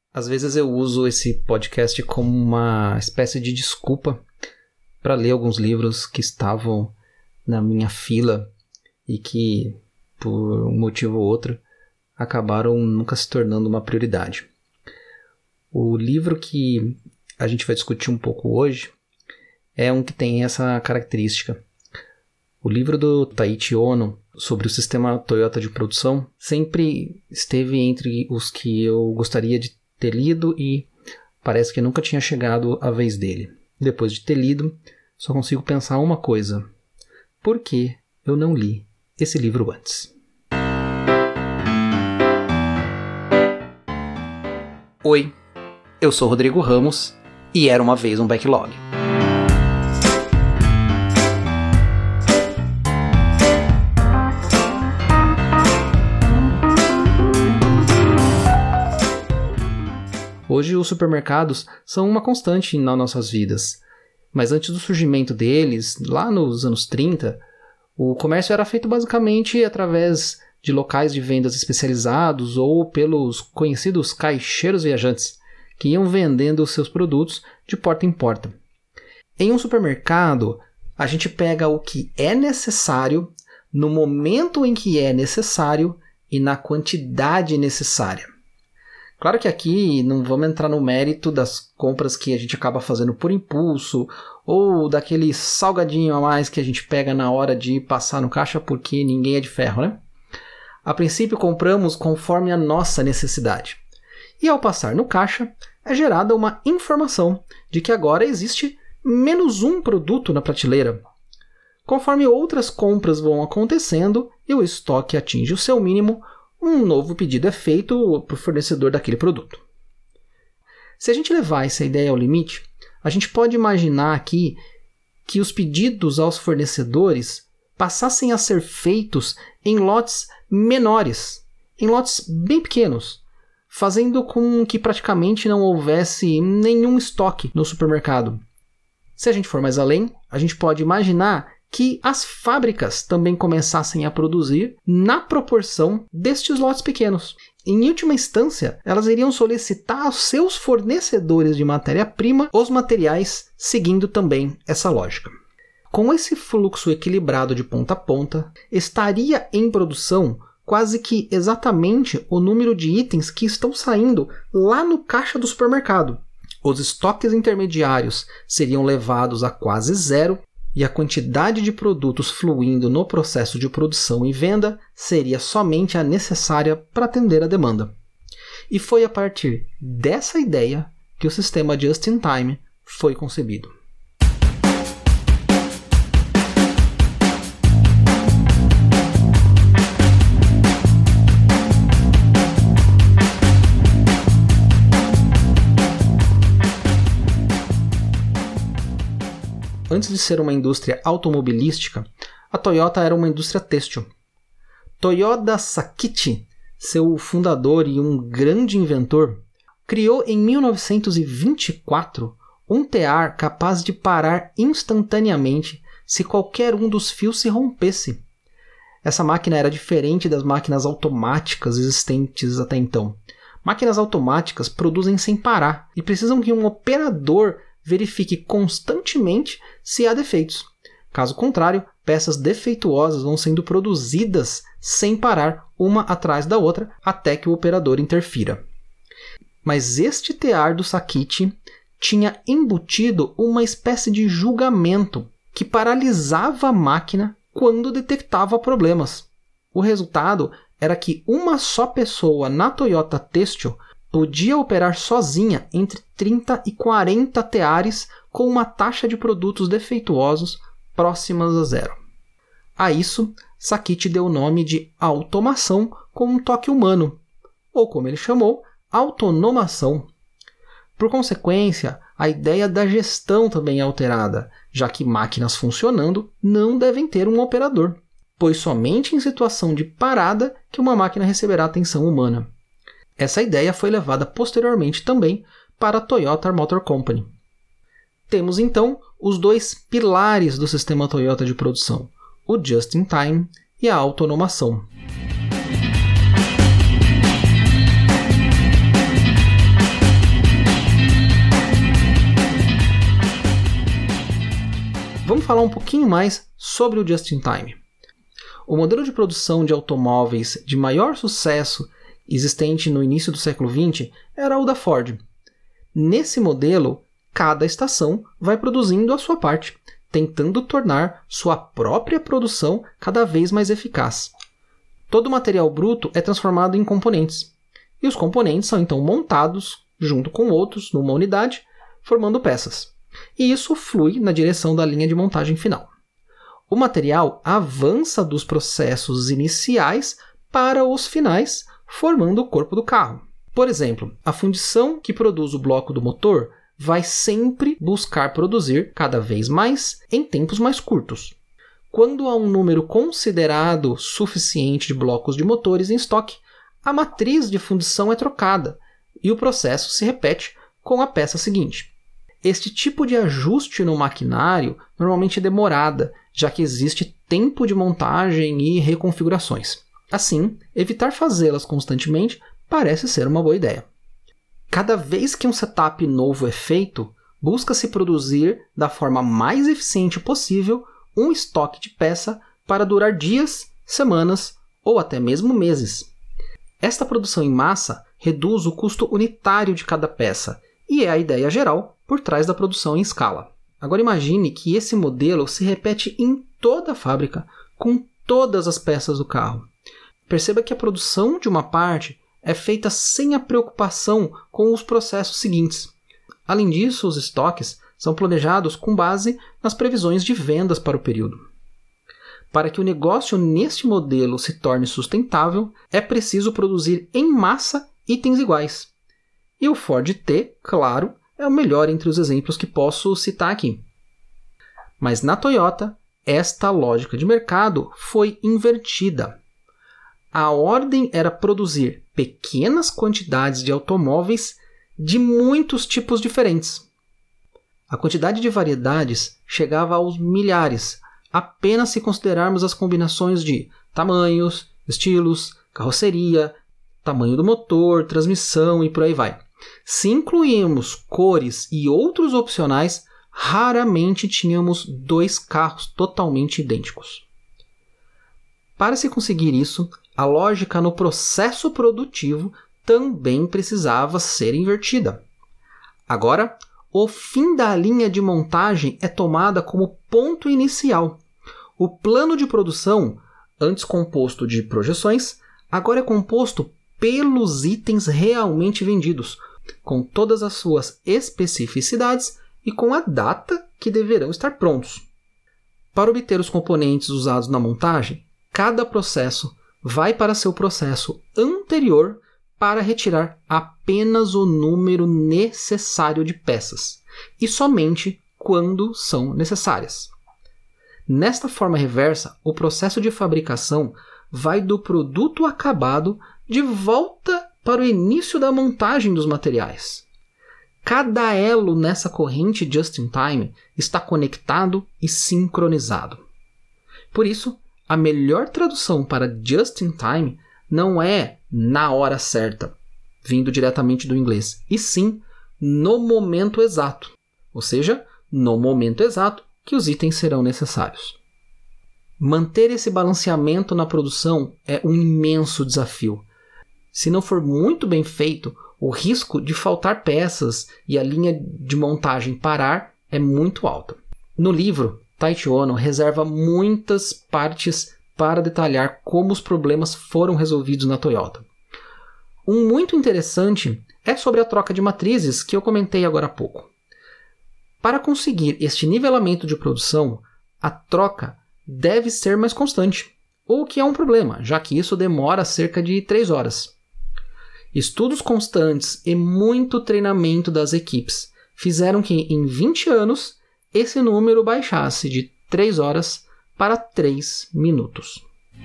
Às vezes eu uso esse podcast como uma espécie de desculpa para ler alguns livros que estavam na minha fila e que, por um motivo ou outro, acabaram nunca se tornando uma prioridade. O livro que a gente vai discutir um pouco hoje é um que tem essa característica. O livro do Taiichi Ohno sobre o sistema Toyota de produção sempre esteve entre os que eu gostaria de ter lido e parece que nunca tinha chegado a vez dele. Depois de ter lido, só consigo pensar uma coisa. Por que eu não li esse livro antes? Oi, eu sou Rodrigo Ramos e era uma vez um backlog. Hoje os supermercados são uma constante nas nossas vidas, mas antes do surgimento deles, lá nos anos 30, o comércio era feito basicamente através de locais de vendas especializados ou pelos conhecidos caixeiros viajantes, que iam vendendo seus produtos de porta em porta. Em um supermercado, a gente pega o que é necessário, no momento em que é necessário e na quantidade necessária. Claro que aqui não vamos entrar no mérito das compras que a gente acaba fazendo por impulso ou daquele salgadinho a mais que a gente pega na hora de passar no caixa porque ninguém é de ferro, né? A princípio compramos conforme a nossa necessidade. E ao passar no caixa, é gerada uma informação de que agora existe menos um produto na prateleira. Conforme outras compras vão acontecendo e o estoque atinge o seu mínimo, um novo pedido é feito para o fornecedor daquele produto. Se a gente levar essa ideia ao limite, a gente pode imaginar aqui que os pedidos aos fornecedores passassem a ser feitos em lotes menores, em lotes bem pequenos, fazendo com que praticamente não houvesse nenhum estoque no supermercado. Se a gente for mais além, a gente pode imaginar que as fábricas também começassem a produzir na proporção destes lotes pequenos. Em última instância, elas iriam solicitar aos seus fornecedores de matéria-prima os materiais, seguindo também essa lógica. Com esse fluxo equilibrado de ponta a ponta, estaria em produção quase que exatamente o número de itens que estão saindo lá no caixa do supermercado. Os estoques intermediários seriam levados a quase zero, e a quantidade de produtos fluindo no processo de produção e venda seria somente a necessária para atender a demanda. E foi a partir dessa ideia que o sistema Just-in-Time foi concebido. Antes de ser uma indústria automobilística, a Toyota era uma indústria têxtil. Toyoda Sakichi, seu fundador e um grande inventor, criou em 1924 um tear capaz de parar instantaneamente se qualquer um dos fios se rompesse. Essa máquina era diferente das máquinas automáticas existentes até então. Máquinas automáticas produzem sem parar e precisam que um operador verifique constantemente se há defeitos. Caso contrário, peças defeituosas vão sendo produzidas sem parar, uma atrás da outra, até que o operador interfira. Mas este tear do Sakichi tinha embutido uma espécie de julgamento que paralisava a máquina quando detectava problemas. O resultado era que uma só pessoa na Toyota Têxtil podia operar sozinha entre 30 e 40 teares com uma taxa de produtos defeituosos próximas a zero. A isso, Sakichi deu o nome de automação com um toque humano, ou como ele chamou, autonomação. Por consequência, a ideia da gestão também é alterada, já que máquinas funcionando não devem ter um operador, pois somente em situação de parada que uma máquina receberá atenção humana. Essa ideia foi levada posteriormente também para a Toyota Motor Company. Temos então os dois pilares do sistema Toyota de produção, o Just-in-Time e a autonomação. falar um pouquinho mais sobre o Just-in-Time. O modelo de produção de automóveis de maior sucesso existente no início do século XX era o da Ford. Nesse modelo, cada estação vai produzindo a sua parte, tentando tornar sua própria produção cada vez mais eficaz. Todo o material bruto é transformado em componentes, e os componentes são então montados junto com outros numa unidade, formando peças. E isso flui na direção da linha de montagem final. O material avança dos processos iniciais para os finais, formando o corpo do carro. Por exemplo, a fundição que produz o bloco do motor vai sempre buscar produzir cada vez mais em tempos mais curtos. Quando há um número considerado suficiente de blocos de motores em estoque, a matriz de fundição é trocada e o processo se repete com a peça seguinte. Este tipo de ajuste no maquinário normalmente é demorada, já que existe tempo de montagem e reconfigurações. Assim, evitar fazê-las constantemente parece ser uma boa ideia. Cada vez que um setup novo é feito, busca-se produzir da forma mais eficiente possível um estoque de peça para durar dias, semanas ou até mesmo meses. Esta produção em massa reduz o custo unitário de cada peça e é a ideia geral por trás da produção em escala. Agora imagine que esse modelo se repete em toda a fábrica, com todas as peças do carro. Perceba que a produção de uma parte é feita sem a preocupação com os processos seguintes. Além disso, os estoques são planejados com base nas previsões de vendas para o período. Para que o negócio neste modelo se torne sustentável, é preciso produzir em massa itens iguais. E o Ford T, claro, é o melhor entre os exemplos que posso citar aqui. Mas na Toyota, esta lógica de mercado foi invertida. A ordem era produzir pequenas quantidades de automóveis de muitos tipos diferentes. A quantidade de variedades chegava aos milhares, apenas se considerarmos as combinações de tamanhos, estilos, carroceria, tamanho do motor, transmissão e por aí vai. Se incluímos cores e outros opcionais, raramente tínhamos dois carros totalmente idênticos. Para se conseguir isso, a lógica no processo produtivo também precisava ser invertida. Agora, o fim da linha de montagem é tomada como ponto inicial. O plano de produção, antes composto de projeções, agora é composto pelos itens realmente vendidos, com todas as suas especificidades e com a data que deverão estar prontos. Para obter os componentes usados na montagem, cada processo vai para seu processo anterior para retirar apenas o número necessário de peças, e somente quando são necessárias. Nesta forma reversa, o processo de fabricação vai do produto acabado de volta para o início da montagem dos materiais. Cada elo nessa corrente just-in-time está conectado e sincronizado. Por isso, a melhor tradução para just-in-time não é na hora certa, vindo diretamente do inglês, e sim no momento exato, ou seja, no momento exato que os itens serão necessários. Manter esse balanceamento na produção é um imenso desafio. Se não for muito bem feito, o risco de faltar peças e a linha de montagem parar é muito alto. No livro, Taiichi Ohno reserva muitas partes para detalhar como os problemas foram resolvidos na Toyota. Um muito interessante é sobre a troca de matrizes que eu comentei agora há pouco. Para conseguir este nivelamento de produção, a troca deve ser mais constante, o que é um problema, já que isso demora cerca de 3 horas. Estudos constantes e muito treinamento das equipes fizeram que, em 20 anos, esse número baixasse de 3 horas para 3 minutos.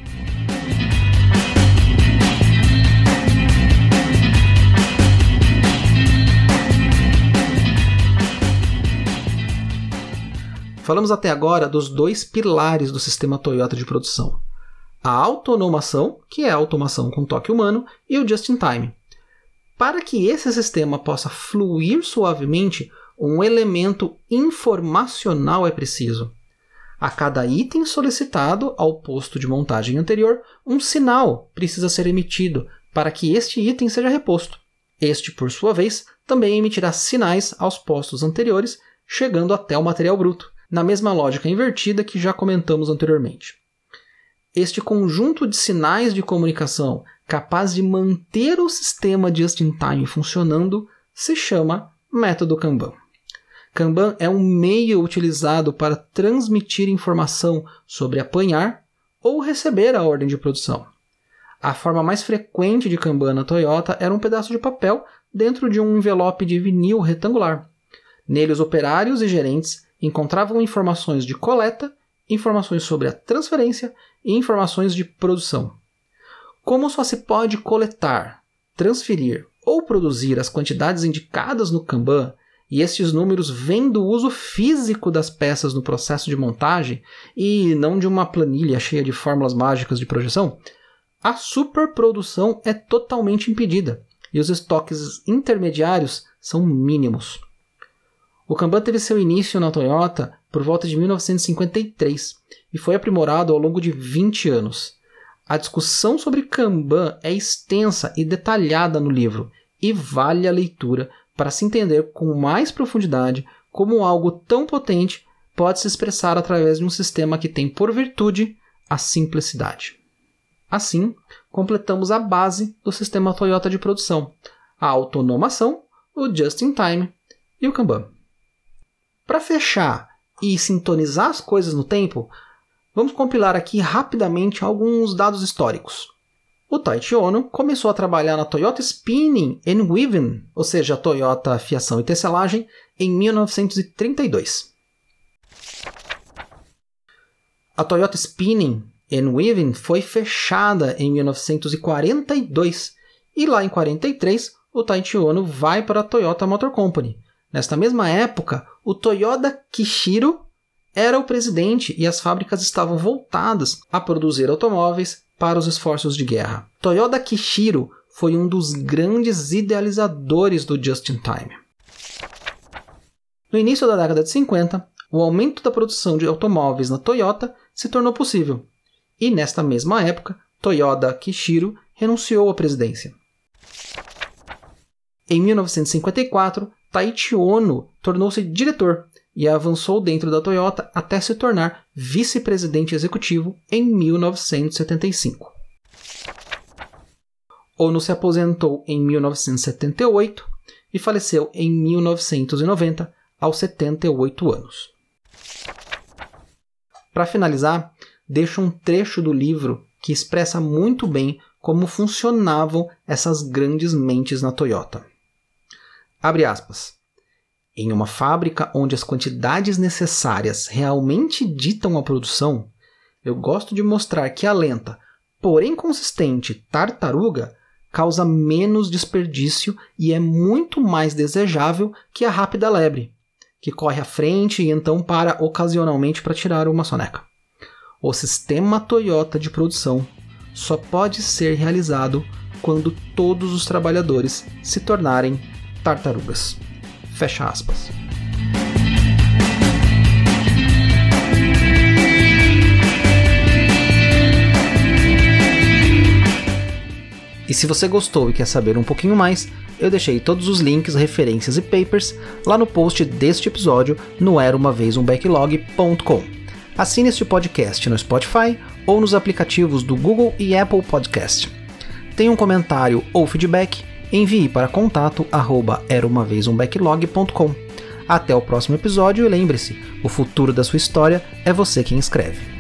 Falamos até agora dos 2 pilares do sistema Toyota de produção. A autonomação, que é a automação com toque humano, e o just-in-time. Para que esse sistema possa fluir suavemente, um elemento informacional é preciso. A cada item solicitado ao posto de montagem anterior, um sinal precisa ser emitido para que este item seja reposto. Este, por sua vez, também emitirá sinais aos postos anteriores, chegando até o material bruto, na mesma lógica invertida que já comentamos anteriormente. Este conjunto de sinais de comunicação capaz de manter o sistema just-in-time funcionando se chama método Kanban. Kanban é um meio utilizado para transmitir informação sobre apanhar ou receber a ordem de produção. A forma mais frequente de Kanban na Toyota era um pedaço de papel dentro de um envelope de vinil retangular. Nele, os operários e gerentes encontravam informações de coleta, informações sobre a transferência e informações de produção. Como só se pode coletar, transferir ou produzir as quantidades indicadas no Kanban, e estes números vêm do uso físico das peças no processo de montagem e não de uma planilha cheia de fórmulas mágicas de projeção, a superprodução é totalmente impedida e os estoques intermediários são mínimos. O Kanban teve seu início na Toyota por volta de 1953 e foi aprimorado ao longo de 20 anos. A discussão sobre Kanban é extensa e detalhada no livro e vale a leitura para se entender com mais profundidade como algo tão potente pode se expressar através de um sistema que tem por virtude a simplicidade. Assim, completamos a base do sistema Toyota de produção, a automação, o just-in-time e o Kanban. Para fechar e sintonizar as coisas no tempo, vamos compilar aqui rapidamente alguns dados históricos. O Taiichi Ohno começou a trabalhar na Toyota Spinning and Weaving, ou seja, a Toyota Fiação e Tecelagem, em 1932. A Toyota Spinning and Weaving foi fechada em 1942 e lá em 1943 o Taiichi Ohno vai para a Toyota Motor Company. Nesta mesma época, o Toyoda Kishiro era o presidente e as fábricas estavam voltadas a produzir automóveis para os esforços de guerra. Toyoda Kishiro foi um dos grandes idealizadores do just-in-time. No início da década de 50, o aumento da produção de automóveis na Toyota se tornou possível. E nesta mesma época, Toyoda Kishiro renunciou à presidência. Em 1954, Taiichi Ohno tornou-se diretor e avançou dentro da Toyota até se tornar vice-presidente executivo em 1975. Ohno se aposentou em 1978 e faleceu em 1990, aos 78 anos. Para finalizar, deixo um trecho do livro que expressa muito bem como funcionavam essas grandes mentes na Toyota. Abre aspas. Em uma fábrica onde as quantidades necessárias realmente ditam a produção, eu gosto de mostrar que a lenta, porém consistente tartaruga causa menos desperdício e é muito mais desejável que a rápida lebre, que corre à frente e então para ocasionalmente para tirar uma soneca. O sistema Toyota de produção só pode ser realizado quando todos os trabalhadores se tornarem tartarugas. Fecha aspas. E se você gostou e quer saber um pouquinho mais, eu deixei todos os links, referências e papers lá no post deste episódio no eraumavezumbacklog.com. Assine este podcast no Spotify ou nos aplicativos do Google e Apple Podcast. Tem um comentário ou feedback? Envie para contato@eraumavezumbacklog.com. Até o próximo episódio e lembre-se, o futuro da sua história é você quem escreve.